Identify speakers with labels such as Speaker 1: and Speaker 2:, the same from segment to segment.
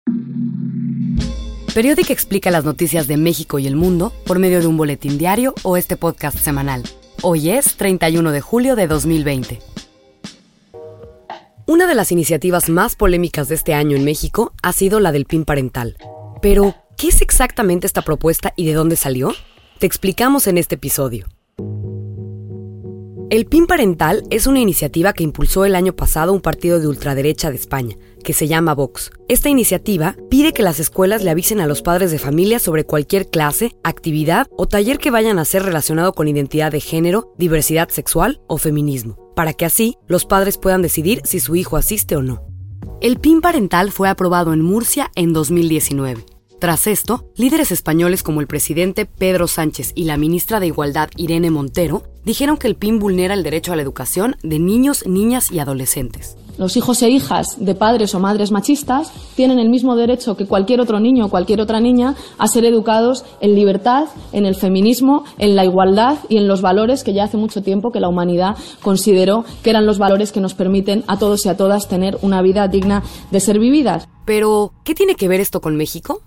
Speaker 1: Periódic explica las noticias de México y el mundo por medio de un boletín diario o este podcast semanal. Hoy es 31 de julio de 2020. Una de las iniciativas más polémicas de este año en México ha sido la del PIN parental. Pero, ¿qué es exactamente esta propuesta y de dónde salió? Te explicamos en este episodio. El PIN parental es una iniciativa que impulsó el año pasado un partido de ultraderecha de España, que se llama Vox. Esta iniciativa pide que las escuelas le avisen a los padres de familia sobre cualquier clase, actividad o taller que vayan a hacer relacionado con identidad de género, diversidad sexual o feminismo, para que así los padres puedan decidir si su hijo asiste o no. El PIN parental fue aprobado en Murcia en 2019. Tras esto, líderes españoles como el presidente Pedro Sánchez y la ministra de Igualdad Irene Montero dijeron que el PIN vulnera el derecho a la educación de niños, niñas y adolescentes.
Speaker 2: Los hijos e hijas de padres o madres machistas tienen el mismo derecho que cualquier otro niño o cualquier otra niña a ser educados en libertad, en el feminismo, en la igualdad y en los valores que ya hace mucho tiempo que la humanidad consideró que eran los valores que nos permiten a todos y a todas tener una vida digna de ser vividas.
Speaker 1: Pero, ¿qué tiene que ver esto con México?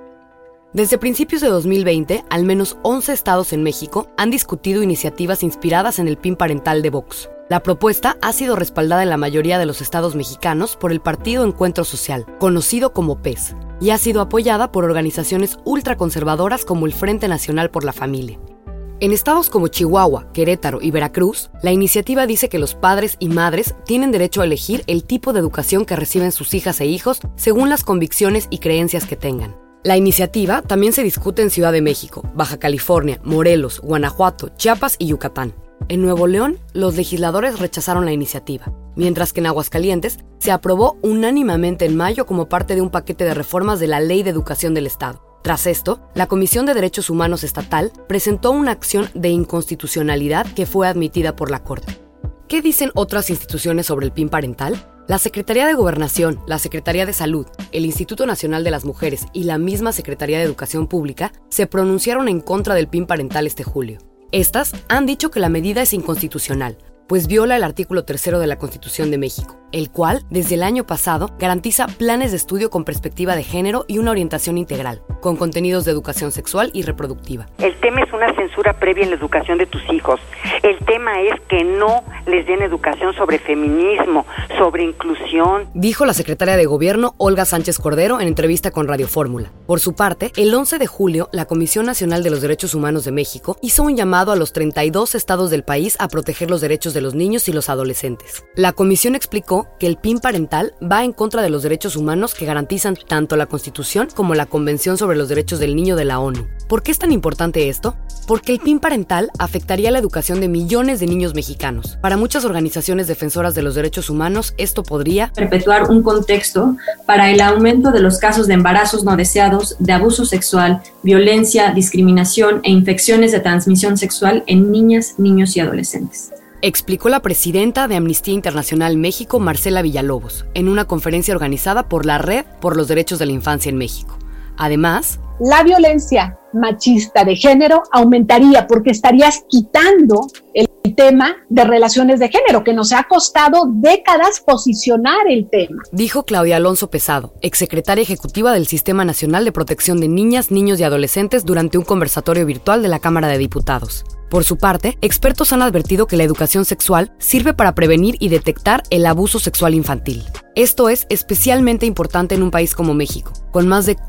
Speaker 1: Desde principios de 2020, al menos 11 estados en México han discutido iniciativas inspiradas en el PIN parental de Vox. La propuesta ha sido respaldada en la mayoría de los estados mexicanos por el Partido Encuentro Social, conocido como PES, y ha sido apoyada por organizaciones ultraconservadoras como el Frente Nacional por la Familia. En estados como Chihuahua, Querétaro y Veracruz, la iniciativa dice que los padres y madres tienen derecho a elegir el tipo de educación que reciben sus hijas e hijos según las convicciones y creencias que tengan. La iniciativa también se discute en Ciudad de México, Baja California, Morelos, Guanajuato, Chiapas y Yucatán. En Nuevo León, los legisladores rechazaron la iniciativa, mientras que en Aguascalientes se aprobó unánimemente en mayo como parte de un paquete de reformas de la Ley de Educación del Estado. Tras esto, la Comisión de Derechos Humanos Estatal presentó una acción de inconstitucionalidad que fue admitida por la Corte. ¿Qué dicen otras instituciones sobre el PIN parental? La Secretaría de Gobernación, la Secretaría de Salud, el Instituto Nacional de las Mujeres y la misma Secretaría de Educación Pública se pronunciaron en contra del PIN parental este julio. Estas han dicho que la medida es inconstitucional, pues viola el artículo 3 de la Constitución de México, el cual, desde el año pasado, garantiza planes de estudio con perspectiva de género y una orientación integral, con contenidos de educación sexual y reproductiva.
Speaker 3: El tema es una censura previa en la educación de tus hijos. El tema es que no les den educación sobre feminismo, sobre inclusión,
Speaker 1: dijo la secretaria de Gobierno, Olga Sánchez Cordero, en entrevista con Radio Fórmula. Por su parte, el 11 de julio, la Comisión Nacional de los Derechos Humanos de México hizo un llamado a los 32 estados del país a proteger los derechos de los niños y los adolescentes. La comisión explicó que el PIN parental va en contra de los derechos humanos que garantizan tanto la Constitución como la Convención sobre los Derechos del Niño de la ONU. ¿Por qué es tan importante esto? Porque el PIN parental afectaría la educación de millones de niños mexicanos. Para muchas organizaciones defensoras de los derechos humanos, esto podría
Speaker 4: perpetuar un contexto para el aumento de los casos de embarazos no deseados, de abuso sexual, violencia, discriminación e infecciones de transmisión sexual en niñas, niños y adolescentes.
Speaker 1: Explicó la presidenta de Amnistía Internacional México, Marcela Villalobos, en una conferencia organizada por la Red por los Derechos de la Infancia en México. Además,
Speaker 5: la violencia machista de género aumentaría porque estarías quitando el tema de relaciones de género, que nos ha costado décadas posicionar el tema.
Speaker 1: Dijo Claudia Alonso Pesado, exsecretaria ejecutiva del Sistema Nacional de Protección de Niñas, Niños y Adolescentes durante un conversatorio virtual de la Cámara de Diputados. Por su parte, expertos han advertido que la educación sexual sirve para prevenir y detectar el abuso sexual infantil. Esto es especialmente importante en un país como México, con más de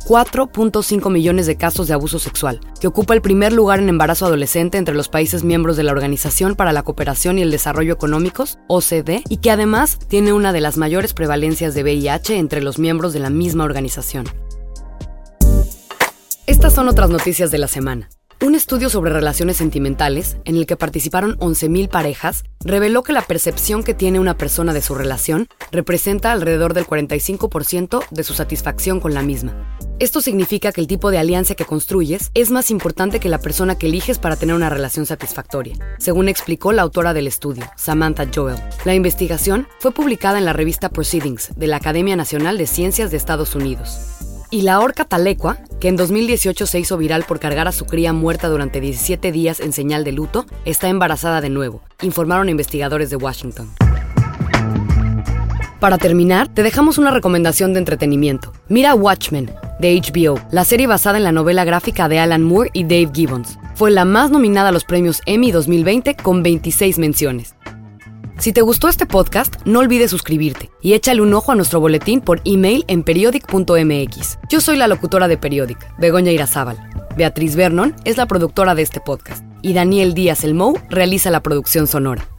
Speaker 1: 4.5 millones de casos de abuso sexual, que ocupa el primer lugar en embarazo adolescente entre los países miembros de la Organización para la Cooperación y el Desarrollo Económicos, OCDE, y que además tiene una de las mayores prevalencias de VIH entre los miembros de la misma organización. Estas son otras noticias de la semana. Un estudio sobre relaciones sentimentales, en el que participaron 11,000 parejas, reveló que la percepción que tiene una persona de su relación representa alrededor del 45% de su satisfacción con la misma. Esto significa que el tipo de alianza que construyes es más importante que la persona que eliges para tener una relación satisfactoria, según explicó la autora del estudio, Samantha Joel. La investigación fue publicada en la revista Proceedings de la Academia Nacional de Ciencias de Estados Unidos. Y la orca talecua, que en 2018 se hizo viral por cargar a su cría muerta durante 17 días en señal de luto, está embarazada de nuevo, informaron investigadores de Washington. Para terminar, te dejamos una recomendación de entretenimiento. Mira Watchmen, de HBO, la serie basada en la novela gráfica de Alan Moore y Dave Gibbons. Fue la más nominada a los premios Emmy 2020 con 26 menciones. Si te gustó este podcast, no olvides suscribirte y échale un ojo a nuestro boletín por email en periodic.mx. Yo soy la locutora de Periodic, Begoña Irazábal. Beatriz Vernon es la productora de este podcast y Daniel Díaz El Mou realiza la producción sonora.